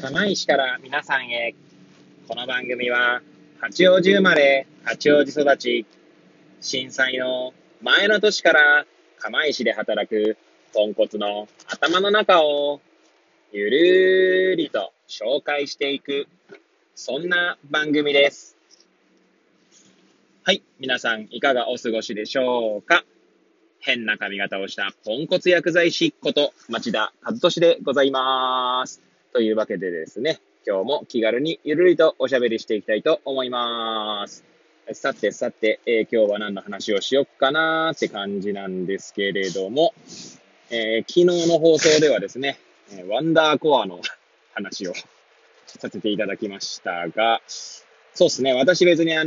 釜石から皆さんへ。この番組は八王子生まれ、八王子育ち、震災の前の年から釜石で働くポンコツの頭の中をゆるーりと紹介していく、そんな番組です。はい、皆さんいかがお過ごしでしょうか。変な髪型をしたポンコツ薬剤師こと町田和俊でございます。というわけでですね、今日も気軽にゆるりとおしゃべりしていきたいと思います。さて、今日は何の話をしよっかなーって感じなんですけれども、昨日の放送ではですね、ワンダーコアの話をさせていただきましたが、そうですね、私別に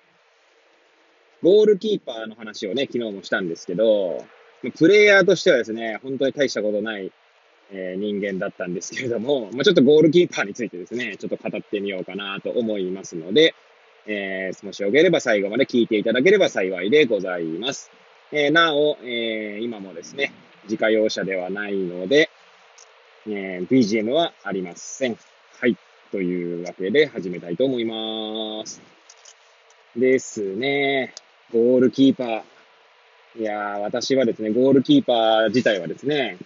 ゴールキーパーの話をね、昨日もしたんですけど、プレイヤーとしてはですね、本当に大したことない、人間だったんですけれども、ちょっとゴールキーパーについてですね、ちょっと語ってみようかなと思いますので、もしよければ最後まで聞いていただければ幸いでございます。なお、今もですね、自家用車ではないので、BGM はありません。はい。というわけで始めたいと思います。ですね。ゴールキーパー。いやー、私はですね、ゴールキーパー自体はですね、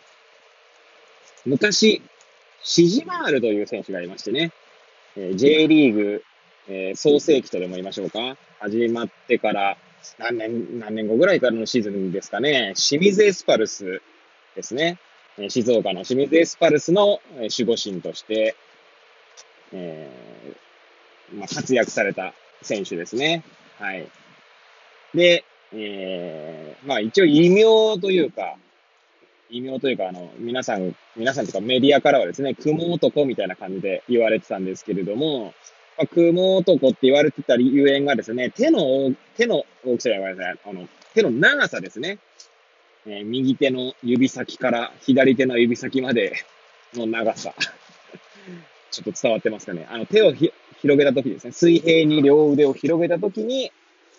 昔、シジマールという選手がいましてね、J リーグ、創世期とでも言いましょうか。始まってから何年後ぐらいからのシーズンですかね。清水エスパルスですね。静岡の清水エスパルスの守護神として、え活躍された選手ですね。はい。で、一応異名というか、皆さんというかメディアからはですね、雲男みたいな感じで言われてたんですけれども、雲男って言われてたゆえんがですね、手の大きさじゃないですね、手の長さですね。右手の指先から左手の指先までの長さ。ちょっと伝わってますかね。手を広げたときですね、水平に両腕を広げたときに、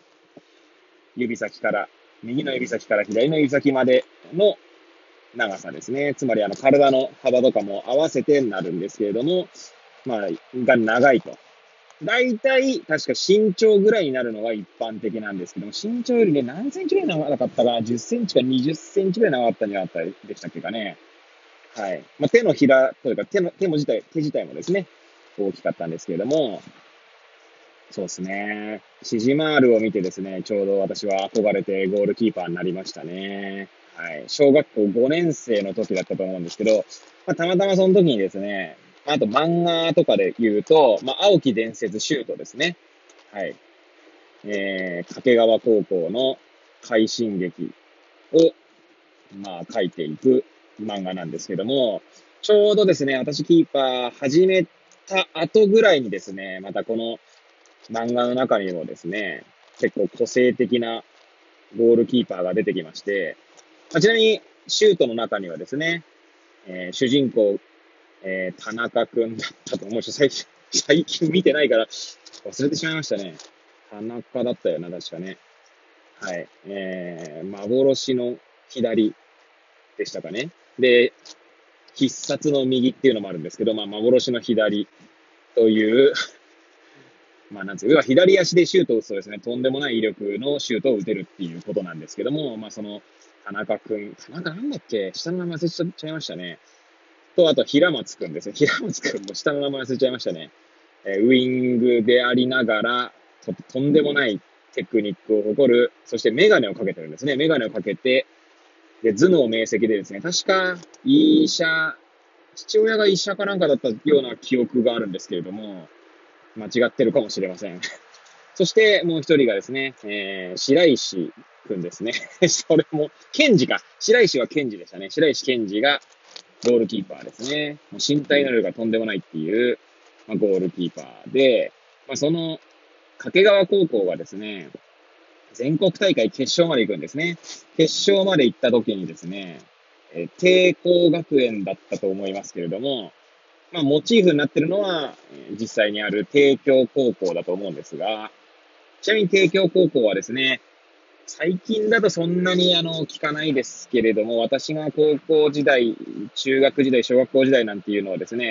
右の指先から左の指先までの長さですね。つまり体の幅とかも合わせてなるんですけれども、が長いと。だいたい確か身長ぐらいになるのが一般的なんですけども、身長よりね、何センチぐらい長かったかな、10センチか20センチぐらい長かったんじゃなかったでしたっけかね。はい。手のひらというか手自体もですね、大きかったんですけれども、そうですね。シジマールを見てですね、ちょうど私は憧れてゴールキーパーになりましたね。はい。小学校5年生の時だったと思うんですけど、たまたまその時にですね、あと漫画とかで言うと、青き伝説シュートですね。はい。掛川高校の快進撃を、書いていく漫画なんですけども、ちょうどですね、私キーパー始めた後ぐらいにですね、またこの漫画の中にもですね、結構個性的なゴールキーパーが出てきまして、ちなみにシュートの中にはですね、主人公、田中くんだったと思うし、最近見てないから忘れてしまいましたね。田中だったよな、確かね。はい。幻の左でしたかね。で、必殺の右っていうのもあるんですけど、幻の左というなんつう要は左足でシュートを打つとですね、とんでもない威力のシュートを打てるっていうことなんですけども、その、田中なんだっけ下の名前忘れちゃいましたね。と、あと、平松くんですね。平松くんも下の名前忘れちゃいましたね。ウイングでありながら、とんでもないテクニックを誇る、そしてメガネをかけてるんですね。メガネをかけて、で、頭脳明晰でですね、確か、父親が医者かなんかだったような記憶があるんですけれども、間違ってるかもしれません。そしてもう一人がですね、白石くんですね。それも、健二か。白石は健二でしたね。白石健二がゴールキーパーですね。もう身体能力がとんでもないっていう、ゴールキーパーで、その、掛川高校がですね、全国大会決勝まで行くんですね。決勝まで行った時にですね、帝光学園だったと思いますけれども、モチーフになってるのは、実際にある帝京高校だと思うんですが、ちなみに帝京高校はですね、最近だとそんなに聞かないですけれども、私が高校時代、中学時代、小学校時代なんていうのはですね、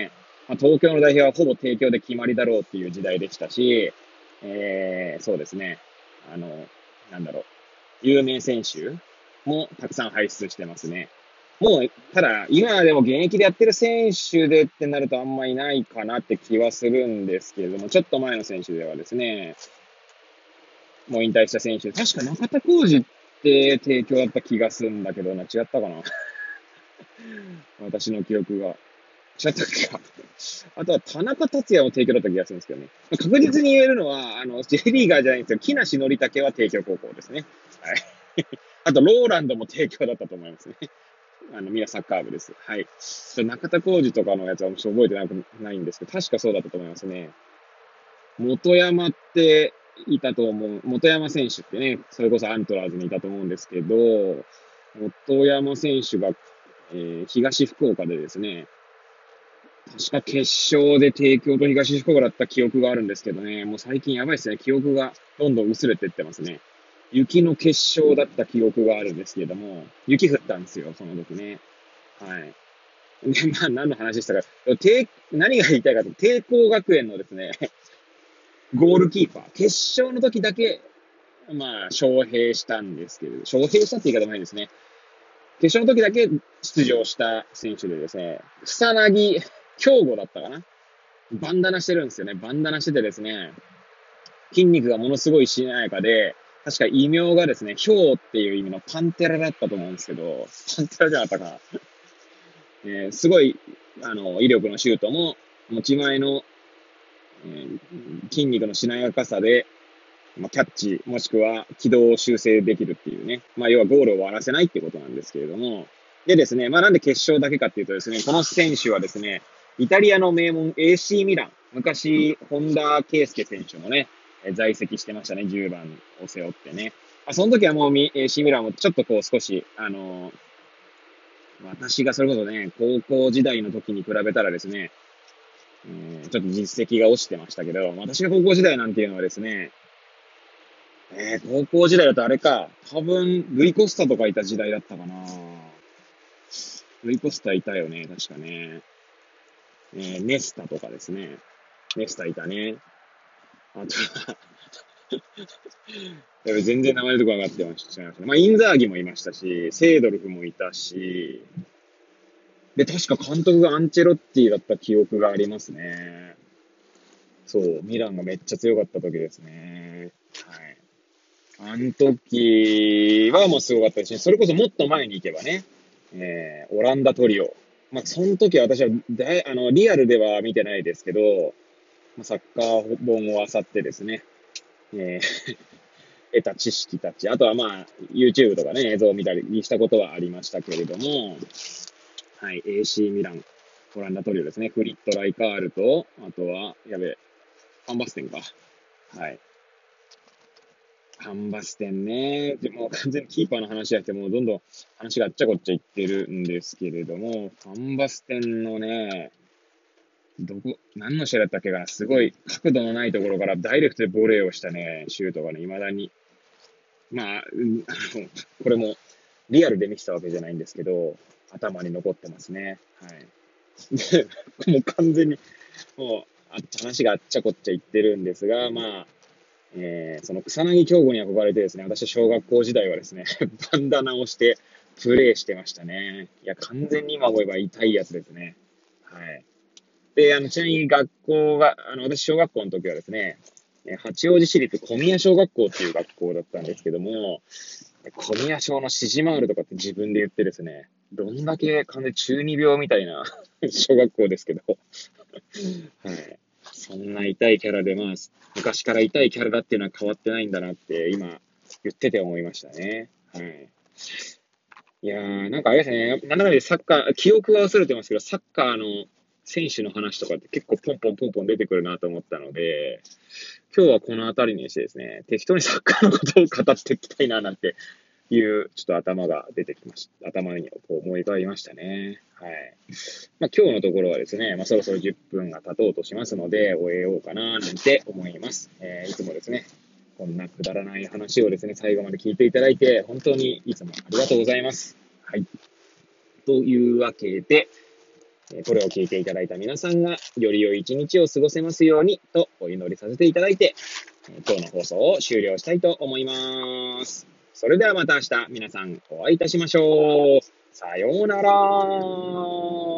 東京の代表はほぼ帝京で決まりだろうっていう時代でしたし、そうですね。あの、なんだろう。有名選手もたくさん輩出してますね。もう、ただ、今でも現役でやってる選手でってなるとあんまいないかなって気はするんですけれども、ちょっと前の選手ではですね、もう引退した選手、確か中田浩二って帝京だった気がするんだけどな、違ったかな私の記憶が。違ったっけか。あとは田中達也も帝京だった気がするんですけどね。確実に言えるのは、J リーガーじゃないんですよ。木梨憲武は帝京高校ですね。はい。あと、ローランドも帝京だったと思いますね。みんなサッカー部です。はい。中田浩二とかのやつはちょっと覚えてないんですけど、確かそうだったと思いますね。元山っていたと思う。元山選手ってね、それこそアントラーズにいたと思うんですけど、元山選手が、東福岡でですね、確か決勝で帝京と東福岡だった記憶があるんですけどね、もう最近やばいですね。記憶がどんどん薄れていってますね。雪の決勝だった記憶があるんですけれども、雪降ったんですよ、その時ね。はい。で、まあ、何の話でしたか。何が言いたいかと、帝光学園のですね、ゴールキーパー、決勝の時だけ、まあ、招聘したんですけれど、招聘したって言い方もないですね。決勝の時だけ出場した選手でですね、草薙京吾だったかな。バンダナしてるんですよね。バンダナしててですね、筋肉がものすごいしなやかで、確か異名がですね、ヒョウっていう意味のパンテラだったと思うんですけど、パンテラじゃなかったかな。すごい、威力のシュートも、持ち前の、筋肉のしなやかさで、まあ、キャッチ、もしくは軌道を修正できるっていうね。まあ、要はゴールを割らせないってことなんですけれども。でですね、まあ、なんで決勝だけかっていうとですね、この選手はですね、イタリアの名門 AC ミラン、昔、本田圭佑選手もね、在籍してましたね、10番を背負ってね。その時はもう AC ミランもちょっとこう少し、私がそれこそね、高校時代の時に比べたらですね、ちょっと実績が落ちてましたけど、私が高校時代なんていうのはですね、高校時代だとあれか、多分、ルイコスタとかいた時代だったかな。ルイコスタいたよね、確かね。ネスタとかですね。ネスタいたね。あとは全然名前出てこなかったましたね。まあ、インザーギもいましたし、セードルフもいたし、で、確か監督がアンチェロッティだった記憶がありますね。そう、ミランがめっちゃ強かった時ですね。はい。あの時はもうすごかったし、それこそもっと前に行けばね、オランダトリオ。まあ、その時は私はリアルでは見てないですけど、まあ、サッカー本を漁ってですね、えー得た知識たち、あとはまあ、YouTube とかね、映像を見たりしたことはありましたけれども、はい、AC ミラン、オランダトリオですね。フリット・ライカールと、あとは、ファンバステンか。はい。ファンバステンね。でも完全にキーパーの話じゃなくて、もうどんどん話があっちゃこっちゃいってるんですけれども、ファンバステンのね、何の試合だったっけか、すごい角度のないところからダイレクトでボレーをしたね、シュートがね、未だに。まあ、これもリアルで見てたわけじゃないんですけど、頭に残ってますね。はい。で、もう完全に、もう、話があっちゃこっちゃ言ってるんですが、まあ、その草薙京吾に憧れてですね、私は小学校時代はですね、バンダナをしてプレイしてましたね。いや、完全に今思えば痛いやつですね。はい。で、ちなみに学校が、私小学校の時はですね、八王子市立小宮小学校っていう学校だったんですけども、小宮小の指示回るとかって自分で言ってですね、どんだけ完全に中二病みたいな小学校ですけど、はい。そんな痛いキャラで、まあ、昔から痛いキャラだっていうのは変わってないんだなって、今、言ってて思いましたね。はい。いやー、なんかあれですね、なんだかんだサッカー、記憶が薄れてますけど、サッカーの選手の話とかって結構ポンポンポンポン出てくるなと思ったので、今日はこの辺りにしてですね、適当にサッカーのことを語っていきたいななんていう、ちょっと頭が出てきました。頭にこう思い浮かびましたね。はい。まあ今日のところはですね、まあそろそろ10分が経とうとしますので、終えようかななんて思います。いつもですね、こんなくだらない話をですね、最後まで聞いていただいて、本当にいつもありがとうございます。はい。というわけで、 これを聞いていただいた皆さんがより良い一日を過ごせますようにとお祈りさせていただいて、今日の放送を終了したいと思います。それではまた明日皆さんお会いいたしましょう。さようなら。